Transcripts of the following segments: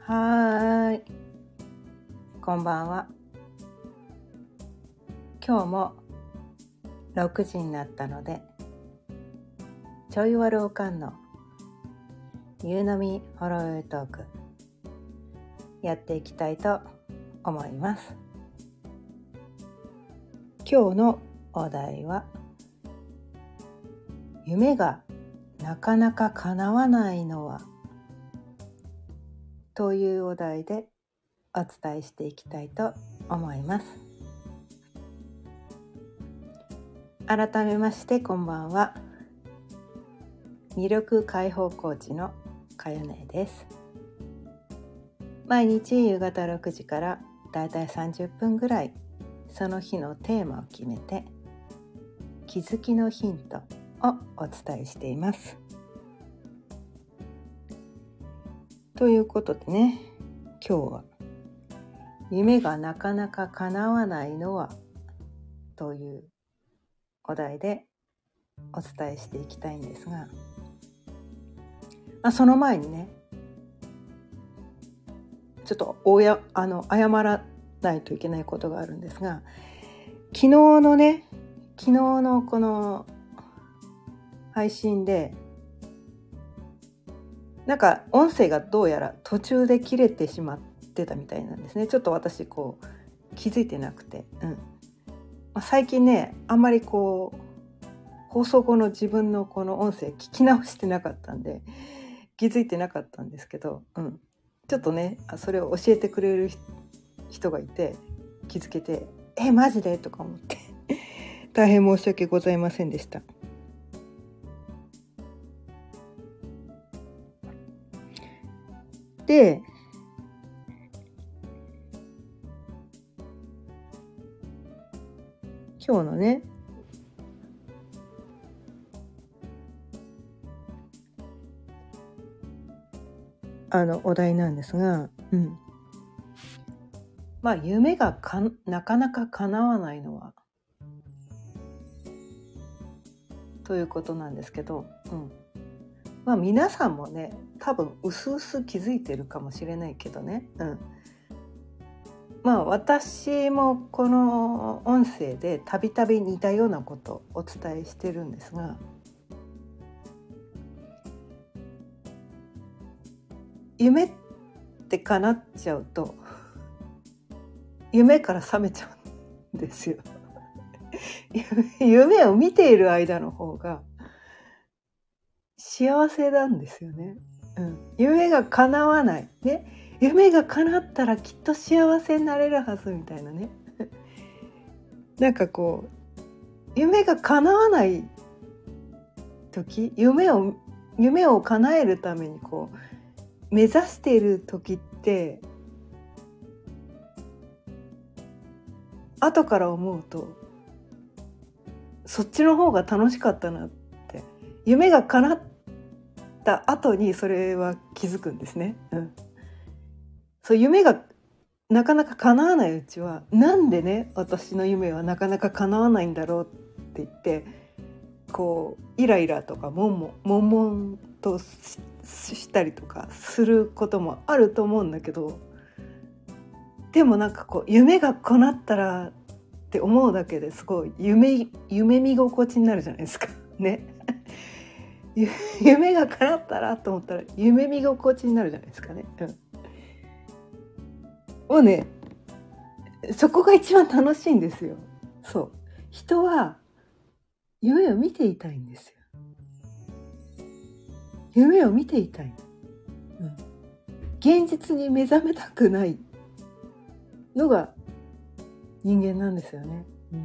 はーい、こんばんは。今日も6時になったので、ちょいわるおかんの夕飲みほろよいトークやっていきたいと思います。今日のお題は、夢がなかなか叶わないのはというお題でお伝えしていきたいと思います。改めましてこんばんは。魅力解放コーチのかよねです。毎日夕方6時からだいたい30分ぐらいその日のテーマを決めて気づきのヒントをお伝えしています。ということでね、今日は夢がなかなか叶わないのはというお題でお伝えしていきたいんですが、その前にね、ちょっと謝らないといけないことがあるんですが、昨日のこの配信でなんか音声がどうやら途中で切れてしまってたみたいなんですね。ちょっと私気づいてなくて、最近ね、あんまり放送後の自分のこの音声聞き直してなかったんで気づいてなかったんですけど、ちょっとね、それを教えてくれる人がいて気づけて、マジでとか思って大変申し訳ございませんでした。で、今日のね、お題なんですが、夢がなかなか叶わないのはということなんですけど、皆さんもね、多分うすうす気づいてるかもしれないけどね、私もこの音声でたびたび似たようなことをお伝えしてるんですが、夢って叶っちゃうと夢から覚めちゃうんですよ夢を見ている間の方が幸せなんですよね。夢が叶わないね、夢が叶ったらきっと幸せになれるはずみたいなねなんか夢が叶わない時、夢を叶えるために目指している時って、後から思うとそっちの方が楽しかったなって、夢が叶った後にそれは気づくんですね。そう、夢がなかなか叶わないうちは、なんでね、私の夢はなかなか叶わないんだろうって言ってイライラとか悶々としたりとかすることもあると思うんだけど、でも夢が叶ったらって思うだけですごい夢見心地になるじゃないですかね夢が叶ったらと思ったら夢見心地になるじゃないですかね。もうね、そこが一番楽しいんですよ。そう、人は夢を見ていたいんですよ。夢を見ていたい、現実に目覚めたくないのが人間なんですよね。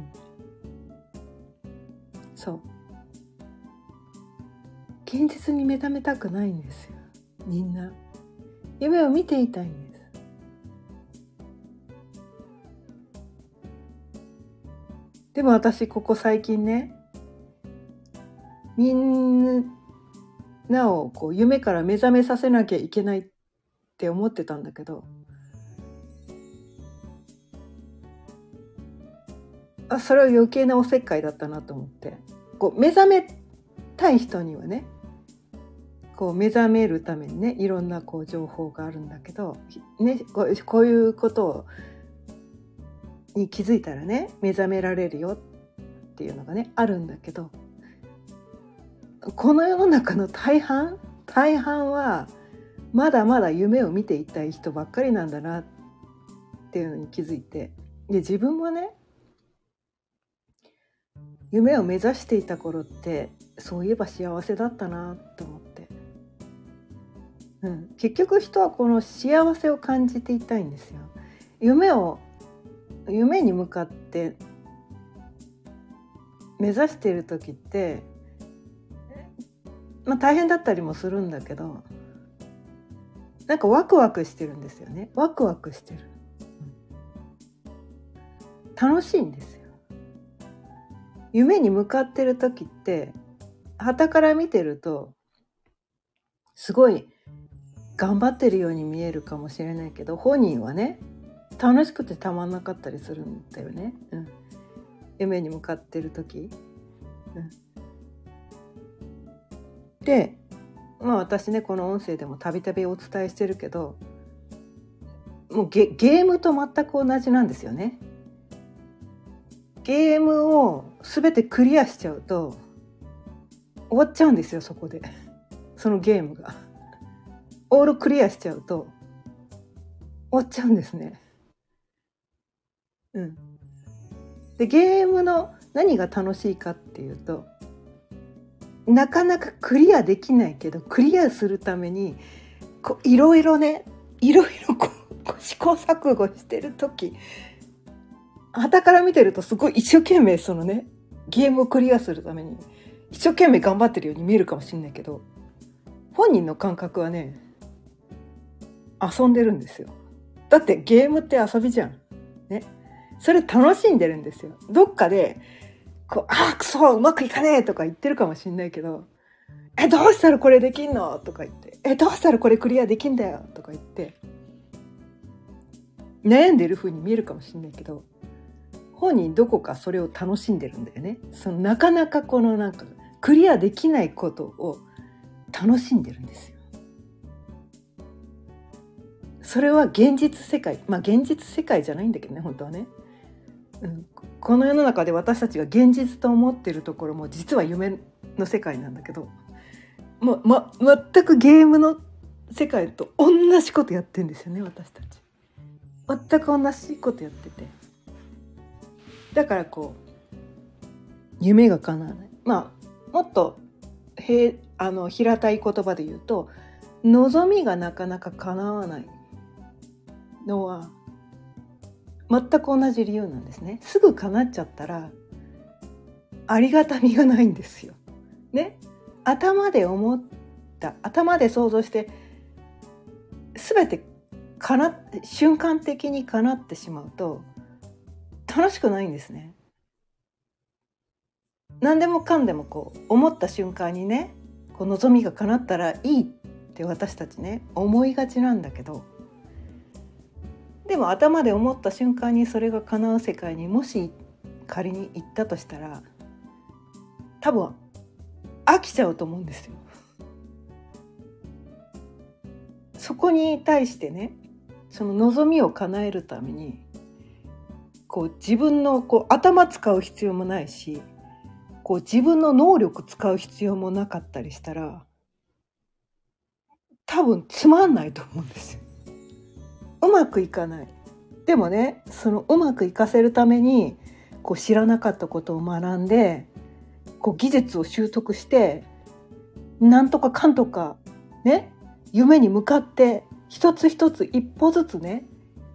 そう、現実に目覚めたくないんですよ。みんな夢を見ていたいんです。でも私ここ最近ね、みんなを夢から目覚めさせなきゃいけないって思ってたんだけど、それは余計なおせっかいだったなと思って、目覚めたい人にはね、 こう目覚めるためにねいろんなこう情報があるんだけど、ね、こういうことに気づいたらね目覚められるよっていうのがねあるんだけど、この世の中の大半はまだまだ夢を見ていたい人ばっかりなんだなっていうのに気づいて、で自分もね夢を目指していた頃ってそういえば幸せだったなと思って、結局人はこの幸せを感じていたいんですよ。夢に向かって目指している時って、大変だったりもするんだけど、なんかワクワクしてるんですよね。ワクワクしてる、楽しいんですよ。夢に向かってる時って傍から見てるとすごい頑張ってるように見えるかもしれないけど、本人はね楽しくてたまんなかったりするんだよね、夢に向かってる時、で私ねこの音声でもたびたびお伝えしてるけど、もうゲームと全く同じなんですよね。ゲームを全てクリアしちゃうと終わっちゃうんですよ。そこでそのゲームがオールクリアしちゃうと終わっちゃうんですね。でゲームの何が楽しいかっていうと、なかなかクリアできないけどクリアするためにいろいろ試行錯誤してる時、傍から見てるとすごい一生懸命そのねゲームをクリアするために一生懸命頑張ってるように見えるかもしれないけど、本人の感覚はね遊んでるんですよ。だってゲームって遊びじゃんね。それ楽しんでるんですよ。どっかでくそうまくいかねえとか言ってるかもしれないけど、どうしたらこれできんのとか言って、どうしたらこれクリアできんだよとか言って悩んでる風に見えるかもしれないけど、本人どこかそれを楽しんでるんだよね。そのなかなかこのなんかクリアできないことを楽しんでるんですよ。それは現実世界、現実世界じゃないんだけどね本当はね、この世の中で私たちが現実と思っているところも実は夢の世界なんだけど、全くゲームの世界と同じことやってるんですよね。私たち全く同じことやってて、だから夢が叶わない、もっと平たい言葉で言うと、望みがなかなか叶わないのは全く同じ理由なんですね。すぐ叶っちゃったらありがたみがないんですよね。頭で想像して全て瞬間的に叶ってしまうと楽しくないんですね。何でもかんでも思った瞬間にね望みが叶ったらいいって私たちね思いがちなんだけど、でも頭で思った瞬間にそれが叶う世界にもし仮に行ったとしたら多分飽きちゃうと思うんですよ。そこに対してねその望みを叶えるために自分の頭使う必要もないし自分の能力使う必要もなかったりしたら多分つまんないと思うんですよ。うまくいかない。でもねそのうまくいかせるために知らなかったことを学んで技術を習得してなんとかかんとかね夢に向かって一つ一つ一歩ずつね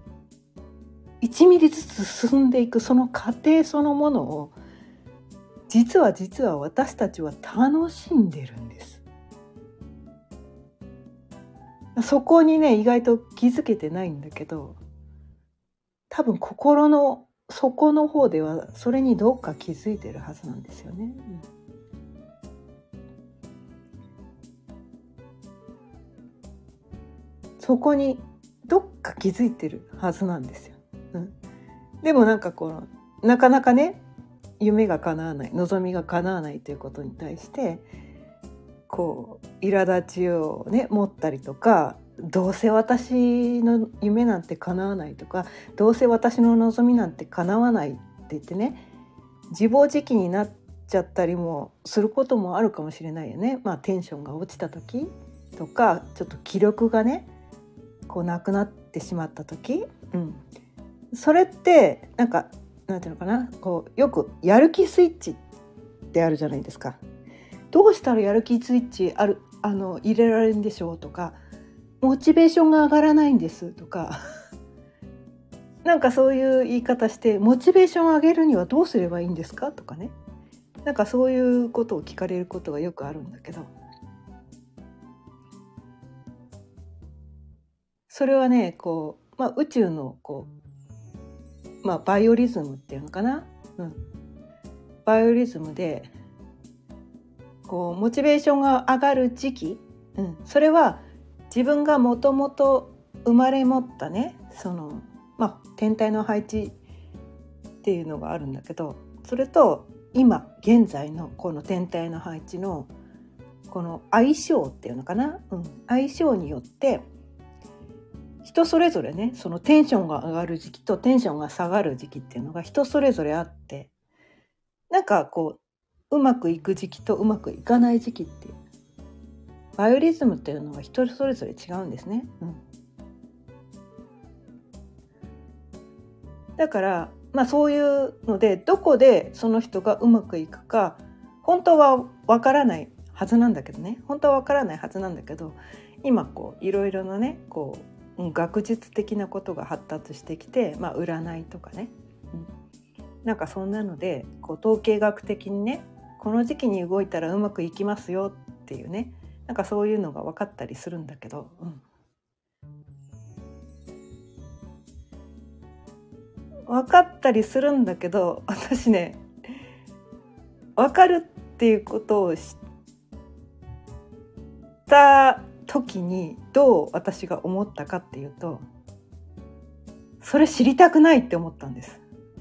1ミリずつ進んでいくその過程そのものを実は私たちは楽しんでるんです。そこにね意外と気づけてないんだけど、多分心の底の方ではそれにどっか気づいてるはずなんですよね。そこにどっか気づいてるはずなんですよ。でもなんかなかなかね夢が叶わない、望みが叶わないということに対して苛立ちをね持ったりとか、どうせ私の夢なんて叶わないとか、どうせ私の望みなんて叶わないって言ってね、自暴自棄になっちゃったりもすることもあるかもしれないよね。テンションが落ちた時とか、ちょっと気力がねこうなくなってしまった時、それってなんていうのかな、こうよくやる気スイッチってあるじゃないですか。どうしたらやる気スイッチ入れられるんでしょうとか、モチベーションが上がらないんですとかそういう言い方して、モチベーションを上げるにはどうすればいいんですかとかね、そういうことを聞かれることがよくあるんだけど、それはね宇宙のバイオリズムっていうのかな、バイオリズムでモチベーションが上がる時期、それは自分がもともと生まれ持ったね天体の配置っていうのがあるんだけど、それと今現在のこの天体の配置のこの相性っていうのかな、相性によって人それぞれね、そのテンションが上がる時期とテンションが下がる時期っていうのが人それぞれあって、うまくいく時期とうまくいかない時期っていうバイオリズムっていうのは人それぞれ違うんですね。だからそういうので、どこでその人がうまくいくか本当はわからないはずなんだけどね、今いろいろなね学術的なことが発達してきて、占いとかね、そんなので統計学的にね、この時期に動いたらうまくいきますよっていうね、そういうのが分かったりするんだけど、分かったりするんだけど、私ね分かるっていうことを知った時にどう私が思ったかっていうと、それ知りたくないって思ったんです。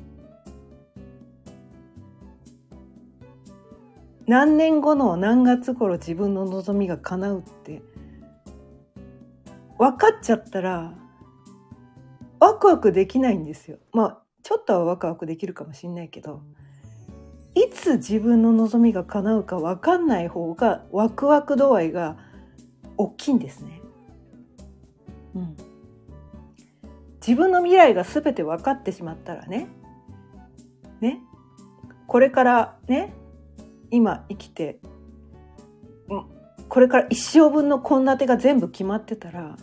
何年後の何月頃自分の望みが叶うって分かっちゃったらワクワクできないんですよ。ちょっとはワクワクできるかもしれないけど、いつ自分の望みが叶うか分かんない方がワクワク度合いが大きいんですね。自分の未来が全て分かってしまったらね、これからね、今生きてこれから一生分の献立が全部決まってたら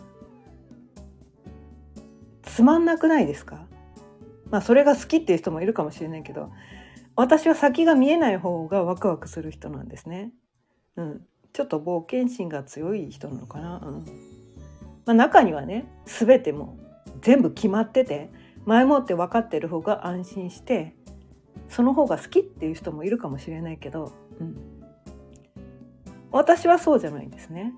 つまんなくないですか？それが好きっていう人もいるかもしれないけど、私は先が見えない方がワクワクする人なんですね。ちょっと冒険心が強い人なのかな。中にはね、全ても全部決まってて前もって分かってる方が安心してその方が好きっていう人もいるかもしれないけど、私はそうじゃないんですね。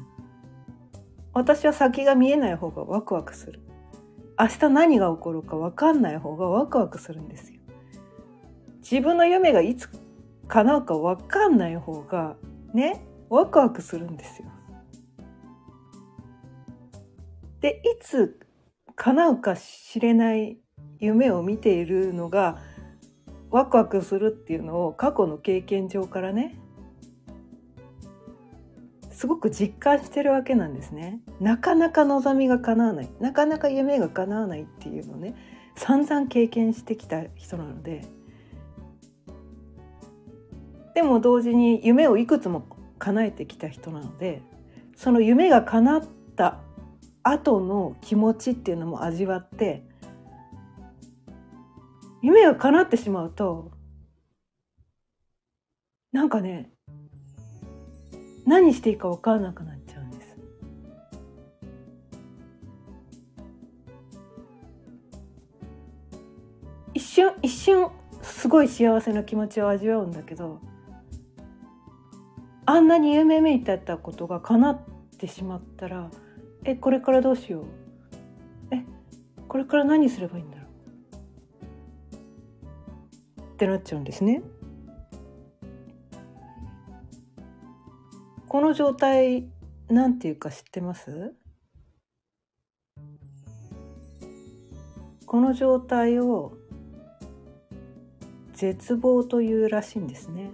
私は先が見えない方がワクワクする。明日何が起こるか分かんない方がワクワクするんですよ。自分の夢がいつ叶うか分かんない方がね、ワクワクするんですよ。で、いつ叶うか知れない夢を見ているのがワクワクするっていうのを過去の経験上からね、すごく実感してるわけなんですね。なかなか望みが叶わない、なかなか夢が叶わないっていうのをね、散々経験してきた人なので、でも同時に夢をいくつも叶えてきた人なので、その夢が叶った後の気持ちっていうのも味わって、夢が叶ってしまうと何していいか分からなくなっちゃうんです。一瞬すごい幸せな気持ちを味わうんだけど、あんなに夢めいてたことが叶ってしまったら、これからどうしよう、これから何すればいいんだろうってなっちゃうんですね。 この状態なんていうか知ってます？この状態を絶望というらしいんですね。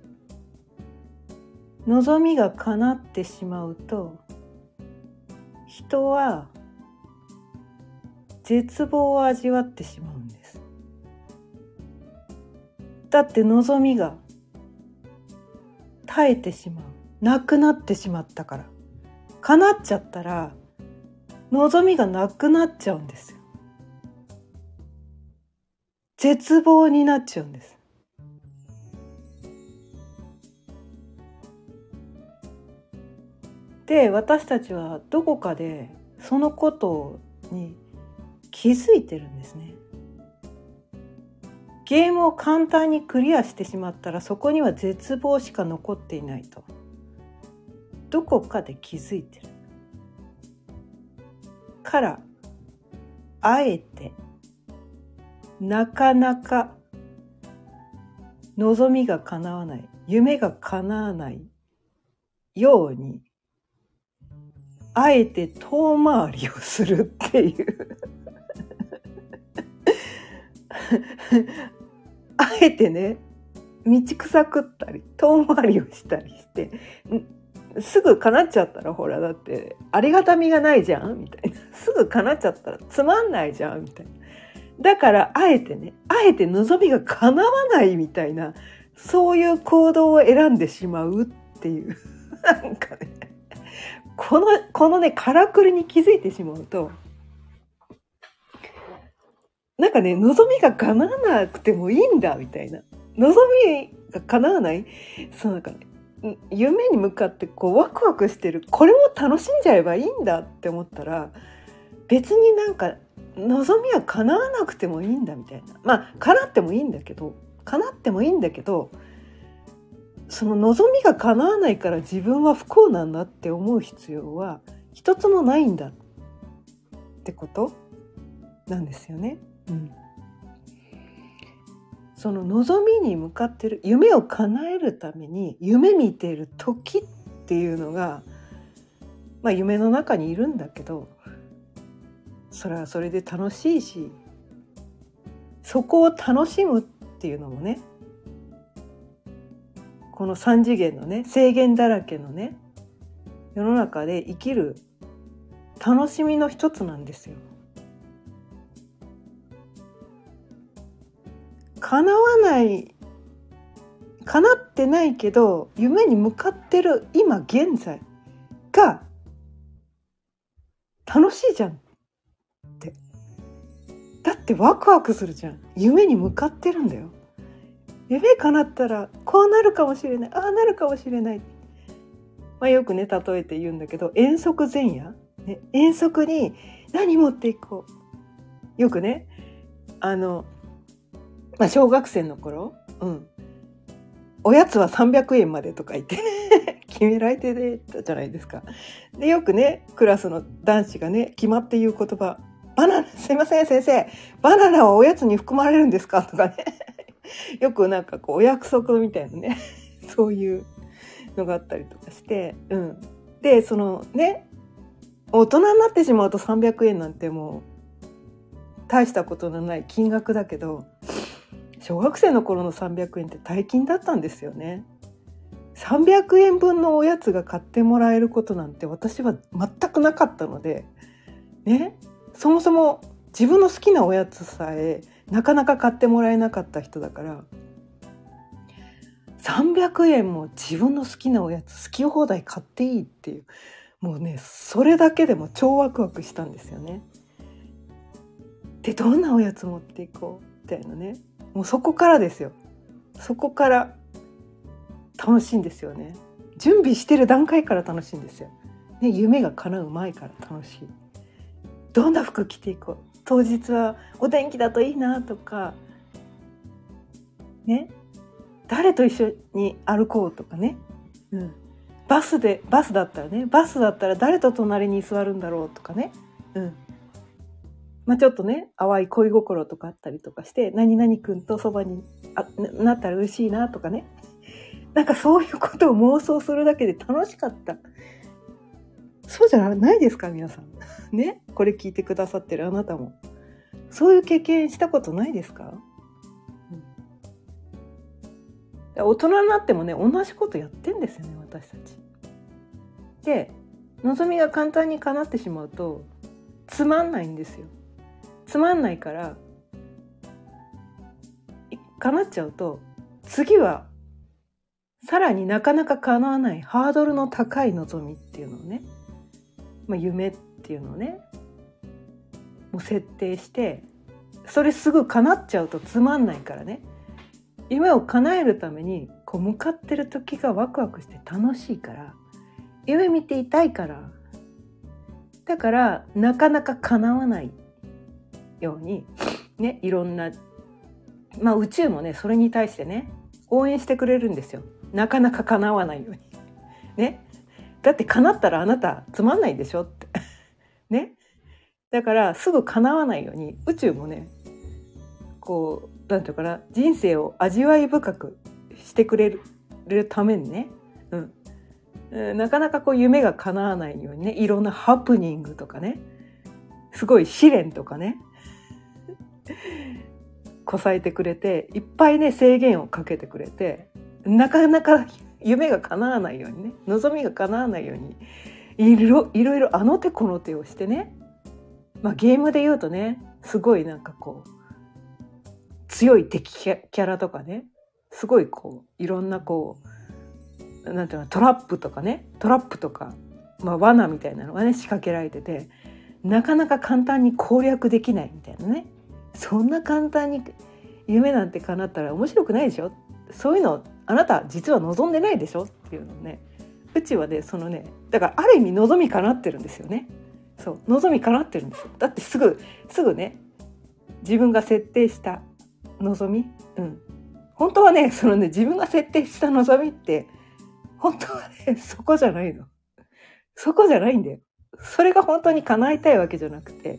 望みが叶ってしまうと、人は絶望を味わってしまうんです。だって望みが絶えてしまう、なくなってしまったから。叶っちゃったら望みがなくなっちゃうんですよ。絶望になっちゃうんです。で、私たちはどこかでそのことに気づいてるんですね。ゲームを簡単にクリアしてしまったら、そこには絶望しか残っていないと、どこかで気づいてるから、あえてなかなか望みが叶わない、夢が叶わないように、あえて遠回りをするっていうあえてね、道草食ったり遠回りをしたりして、すぐ叶っちゃったら、ほらだってありがたみがないじゃんみたいな、すぐ叶っちゃったらつまんないじゃんみたいな。だからあえてね、あえて望みが叶わないみたいな、そういう行動を選んでしまうっていうなんかね、このねからくりに気づいてしまうと、なんかね、望みが叶わなくてもいいんだみたいな、望みが叶わない、そうなんかね、夢に向かってこうワクワクしてる、これも楽しんじゃえばいいんだって思ったら、別になんか望みは叶わなくてもいいんだみたいな、まあ叶ってもいいんだけど、その望みが叶わないから自分は不幸なんだって思う必要は一つもないんだってことなんですよね。その望みに向かってる、夢を叶えるために夢見ている時っていうのが、まあ夢の中にいるんだけど、それはそれで楽しいし、そこを楽しむっていうのもね、この3次元のね、制限だらけのね世の中で生きる楽しみの一つなんですよ。叶ってないけど夢に向かってる今現在が楽しいじゃんって。だってワクワクするじゃん。夢に向かってるんだよ。夢叶ったらこうなるかもしれない、ああなるかもしれない、まあ、よくね例えて言うんだけど、遠足前夜、ね、遠足に何持っていこう、よくねまあ、小学生の頃、おやつは300円までとか言って決められてたじゃないですか。でよくねクラスの男子がね決まって言う言葉、バナナ、すいません先生、バナナはおやつに含まれるんですかとかねよくなんかこうお約束みたいなねそういうのがあったりとかして、でそのね、大人になってしまうと300円なんてもう大したことのない金額だけど、小学生の頃の300円って大金だったんですよね。300円分のおやつが買ってもらえることなんて私は全くなかったのでね、そもそも自分の好きなおやつさえなかなか買ってもらえなかった人だから、300円も自分の好きなおやつ好き放題買っていいっていう、もうねそれだけでも超ワクワクしたんですよね。でどんなおやつ持っていこうみたいなね、もうそこからですよ。そこから楽しいんですよね。準備してる段階から楽しいんですよ、ね、夢が叶う前から楽しい。どんな服着ていこう、当日はお天気だといいなとかね、誰と一緒に歩こうとかね、バスだったら誰と隣に座るんだろうとかね、まあ、ちょっとね淡い恋心とかあったりとかして、何々くんとそばになったら嬉しいなとかね、 なんかそういうことを妄想するだけで楽しかった。そうじゃないですか皆さんね。これ聞いてくださってるあなたもそういう経験したことないですか？大人になってもね、同じことやってんですよね、私たち。で、望みが簡単に叶ってしまうとつまんないんですよ。つまんないから叶っちゃうと、次はさらになかなか叶わないハードルの高い望みっていうのをね、夢っていうのをね、もう設定して、それすぐ叶っちゃうとつまんないからね、夢を叶えるためにこう向かってる時がワクワクして楽しいから、夢見ていたいから、だからなかなか叶わないようにね、いろんな宇宙もねそれに対してね応援してくれるんですよ。なかなか叶わないようにね。だって叶ったらあなたつまんないでしょってね。だからすぐ叶わないように宇宙もね、こうなんていうかな、人生を味わい深くしてくれるためにね、なかなかこう夢が叶わないようにね、いろんなハプニングとかね、すごい試練とかねこさえてくれて、いっぱいね制限をかけてくれて、なかなか夢が叶わないようにね、望みが叶わないようにいろいろあの手この手をしてね、ゲームで言うとね、すごいなんかこう強い敵キャラとかね、すごいこういろんなこうなんていうの、トラップとか、罠みたいなのがね仕掛けられてて、なかなか簡単に攻略できないみたいなね。そんな簡単に夢なんて叶ったら面白くないでしょ、そういうのあなた実は望んでないでしょっていうのね、うちはねそのね、だからある意味望み叶ってるんですよね。そう、望み叶ってるんですよ。だってすぐね、自分が設定した望み、本当はねそのね、自分が設定した望みって本当はねそこじゃないの。そこじゃないんだよ。それが本当に叶えたいわけじゃなくて、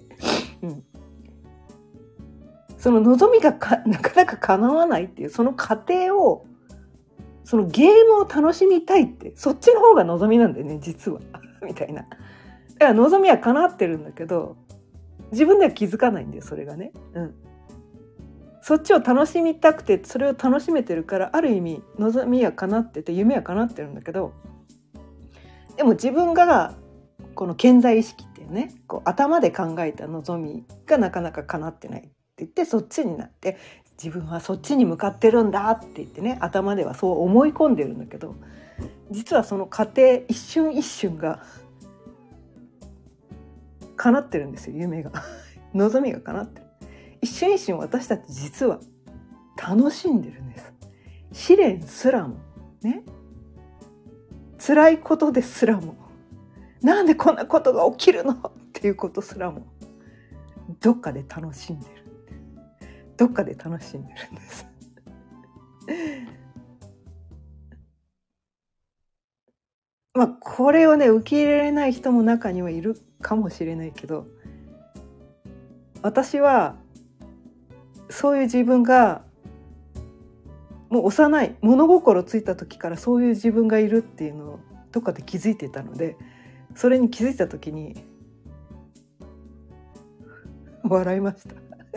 その望みがなかなか叶わないっていうその過程を、そのゲームを楽しみたいって、そっちの方が望みなんだよね実はみたいな。だから望みは叶ってるんだけど、自分では気づかないんだよそれがね。そっちを楽しみたくて、それを楽しめてるから、ある意味望みは叶ってて夢は叶ってるんだけど、でも自分がこの顕在意識っていうね、こう頭で考えた望みがなかなか叶ってないって言って、そっちになって、自分はそっちに向かってるんだって言ってね、頭ではそう思い込んでるんだけど、実はその過程一瞬一瞬が叶ってるんですよ、夢が望みが叶ってる。一瞬一瞬私たち実は楽しんでるんです。試練すらもね、辛いことですらも、なんでこんなことが起きるのっていうことすらもどっかで楽しんでる、どっかで楽しんでるんですこれをね受け入れられない人も中にはいるかもしれないけど、私はそういう自分がもう幼い物心ついた時からそういう自分がいるっていうのをどっかで気づいていたので、それに気づいた時に笑いました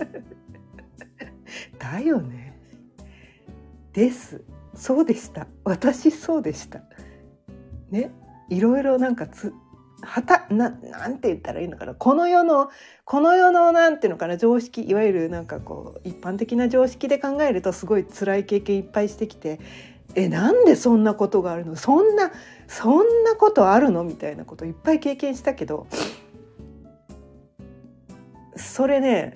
だよね、ですそうでした、私そうでしたね。いろいろなんかなんて言ったらいいのかな、この世のなんていうのかな、常識、いわゆるなんかこう一般的な常識で考えるとすごい辛い経験いっぱいしてきて、なんでそんなことがあるの、そんなことあるのみたいなこといっぱい経験したけど、それね、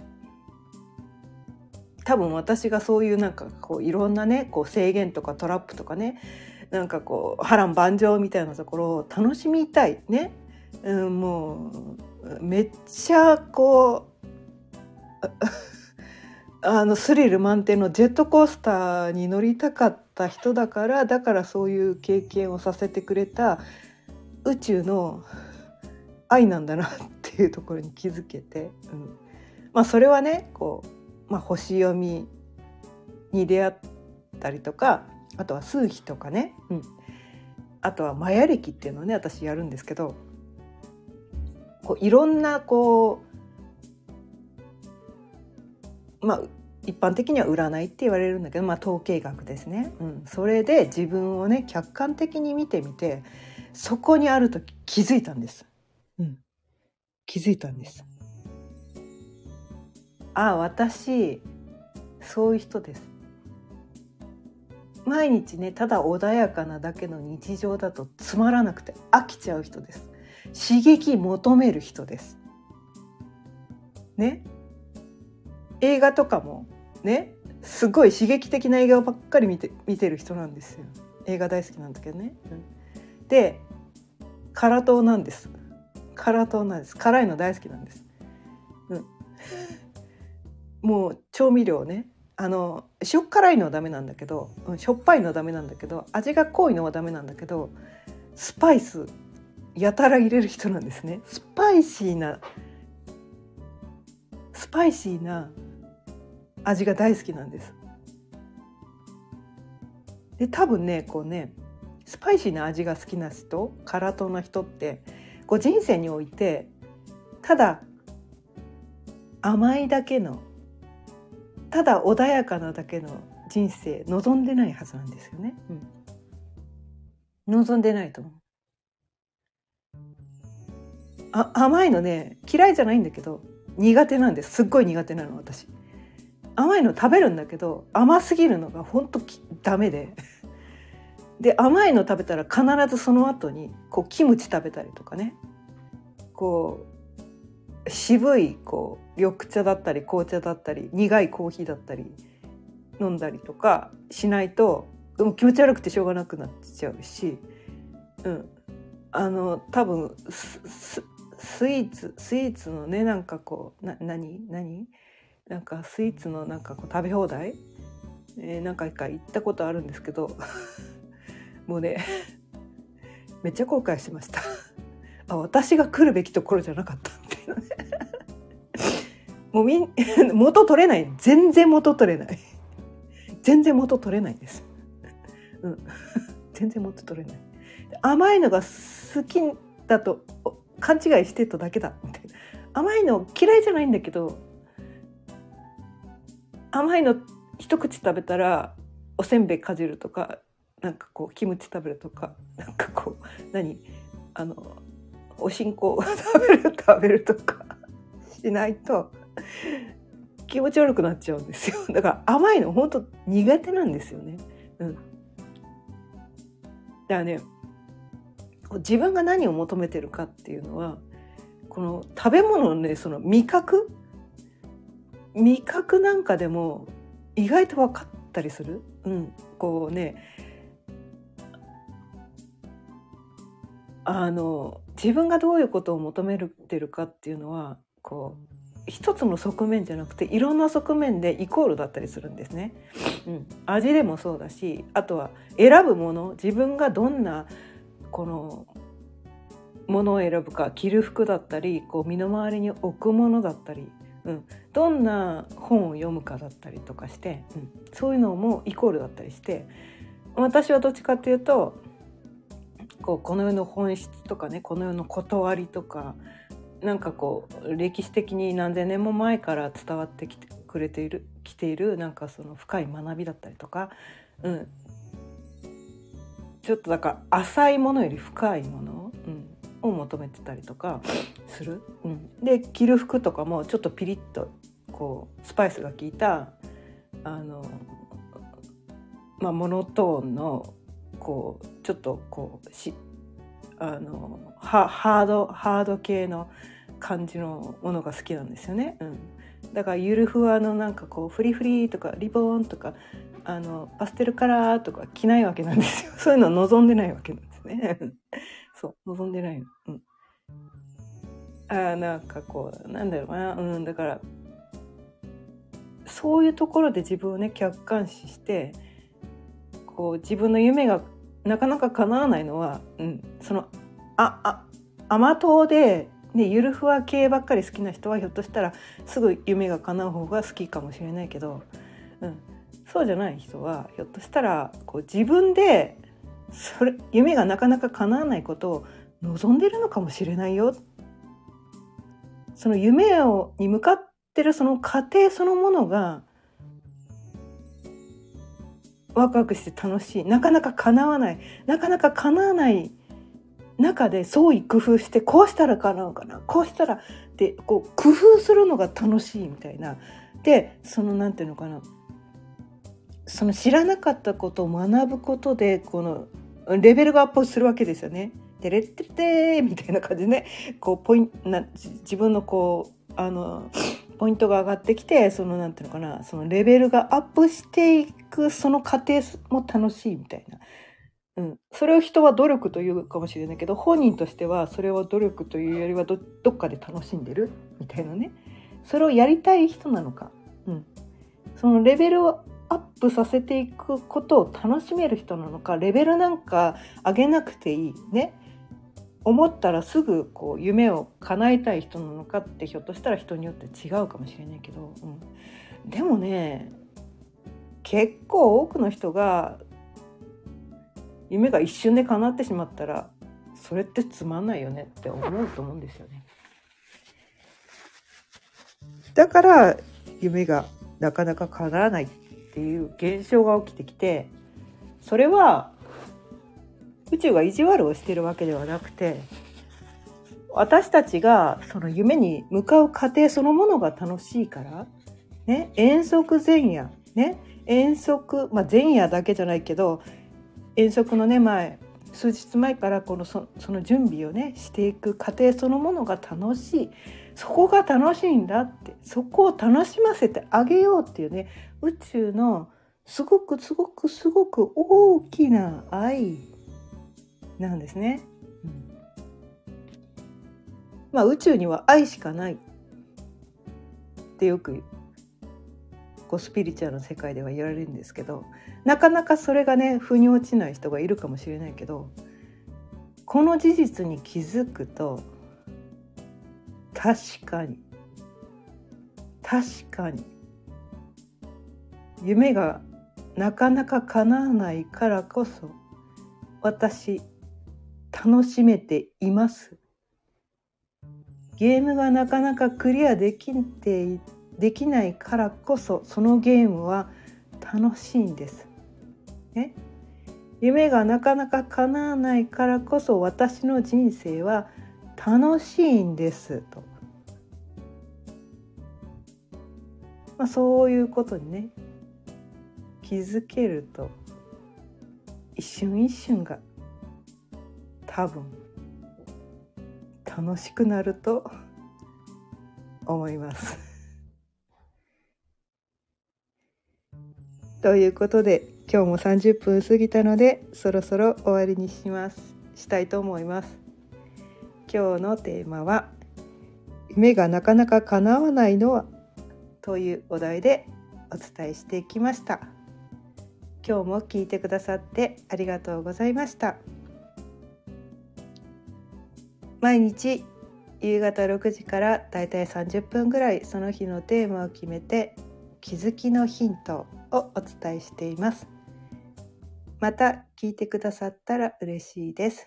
多分私がそういうなんかこういろんなねこう制限とかトラップとかね、なんかこう波乱万丈みたいなところを楽しみたいね、もうめっちゃこうスリル満点のジェットコースターに乗りたかった人だから、そういう経験をさせてくれた宇宙の愛なんだなっていうところに気づけて、それはねこう、星読みに出会ったりとか、 あとは数秘とかね、あとはマヤ暦っていうのをね私やるんですけど、こういろんなこう一般的には占いって言われるんだけど、統計学ですね、それで自分をね客観的に見てみて、そこにある時気づいたんです、気づいたんです。私そういう人です。毎日ねただ穏やかなだけの日常だとつまらなくて飽きちゃう人です。刺激求める人ですね。映画とかもねすごい刺激的な映画ばっかり見てる人なんですよ。映画大好きなんだけどね、で辛党なんです。辛いの大好きなんです、もう調味料ね、しょっ辛いのはダメなんだけど、しょっぱいのはダメなんだけど、味が濃いのはダメなんだけど、スパイスやたら入れる人なんですね。スパイシーな味が大好きなんです。で多分ねこうねスパイシーな味が好きな人、辛党な人ってこう人生においてただ甘いだけの、ただ穏やかなだけの人生望んでないはずなんですよね、望んでないと思う。甘いのね嫌いじゃないんだけど苦手なんです。すっごい苦手なの私。甘いの食べるんだけど甘すぎるのが本当ダメでで甘いの食べたら必ずその後にこうキムチ食べたりとかね、こう渋いこう緑茶だったり紅茶だったり苦いコーヒーだったり飲んだりとかしないともう気持ち悪くてしょうがなくなっちゃうし、多分スイーツのねなんかこう何なんかスイーツのなんかこう食べ放題、何回か行ったことあるんですけどもうねめっちゃ後悔しました私が来るべきところじゃなかったっていうねもう元取れない、全然元取れない全然元取れないです、全然元取れない。甘いのが好きだと勘違いしてただけだみたいな。甘いの嫌いじゃないんだけど、甘いの一口食べたらおせんべいかじるとか、なんかこうキムチ食べるとか、なんかこうおしんこを食べるとかしないと気持ち悪くなっちゃうんですよ。だから甘いの本当苦手なんですよね。だからね、自分が何を求めてるかっていうのはこの食べ物のねその味覚なんかでも意外と分かったりする、こうね自分がどういうことを求めてるかっていうのはこう一つの側面じゃなくていろんな側面でイコールだったりするんですね、味でもそうだし、あとは選ぶもの、自分がどんなこのものを選ぶか、着る服だったりこう身の回りに置くものだったり、どんな本を読むかだったりとかして、そういうのもイコールだったりして、私はどっちかっていうとこの世の本質とかね、この世の断りとか、なんかこう歴史的に何千年も前から伝わってきているなんかその深い学びだったりとか、ちょっとだから浅いものより深いもの、を求めてたりとかする、で着る服とかもちょっとピリッとこうスパイスが効いたモノトーンのこうちょっとこうハード系の感じのものが好きなんですよね、だからゆるふわのなんかこうフリフリとかリボンとかパステルカラーとか着ないわけなんですよ。そういうのは望んでないわけなんですねそう望んでないの、なんかこうなんだろうな、だからそういうところで自分をね客観視してこう自分の夢がなかなか叶わないのは、その甘党で、ね、ゆるふわ系ばっかり好きな人はひょっとしたらすぐ夢が叶う方が好きかもしれないけど、 そうじゃない人はひょっとしたらこう自分で夢がなかなか叶わないことを望んでるのかもしれないよ。その夢に向かってるその過程そのものがワクワクして楽しい。なかなか叶わない中で創意工夫して、こうしたら叶うかな、こうしたらってこう工夫するのが楽しいみたいな。でそのなんていうのかな、その知らなかったことを学ぶことでこのレベルがアップするわけですよね。でレッテレテーみたいな感じでね、こう自分のこうポイントが上がってきて、そのなんていうのかな、そのレベルがアップしていくその過程も楽しいみたいな。それを人は努力というかもしれないけど、本人としてはそれを努力というよりは どっかで楽しんでるみたいなね。それをやりたい人なのか、そのレベルをアップさせていくことを楽しめる人なのか、レベルなんか上げなくていいね、思ったらすぐこう夢を叶えたい人なのかって、ひょっとしたら人によって違うかもしれないけど、でもね、結構多くの人が夢が一瞬で叶ってしまったら、それってつまんないよねって思うと思うんですよね。だから夢がなかなか叶わないっていう現象が起きてきて、それは宇宙が意地悪をしているわけではなくて、私たちがその夢に向かう過程そのものが楽しいからね。遠足前夜ね、遠足、前夜だけじゃないけど、遠足のね数日前からその準備をねしていく過程そのものが楽しい。そこが楽しいんだって、そこを楽しませてあげようっていうね、宇宙のすごく大きな愛なんですね。宇宙には愛しかないってよくスピリチュアルの世界では言われるんですけど、なかなかそれがね腑に落ちない人がいるかもしれないけど、この事実に気づくと、確かに夢がなかなか叶わないからこそ私楽しめています。ゲームがなかなかクリアできないからこそそのゲームは楽しいんです、ね。夢がなかなか叶わないからこそ私の人生は楽しいんですと、そういうことにね気づけると、一瞬一瞬が多分楽しくなると思いますということで、今日も30分過ぎたのでそろそろ終わりにしたいと思います。今日のテーマは、夢がなかなか叶わないのはというお題でお伝えしていきました。今日も聞いてくださってありがとうございました。毎日夕方6時からだいたい30分ぐらい、その日のテーマを決めて気づきのヒントをお伝えしています。また聞いてくださったら嬉しいです。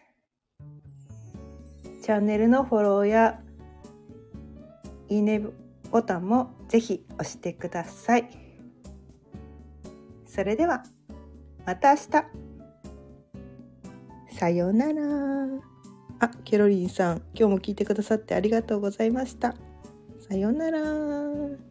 チャンネルのフォローやいいねボタンもぜひ押してください。それではまた明日。さようなら。ケロリンさん、今日も聞いてくださってありがとうございました。さようなら。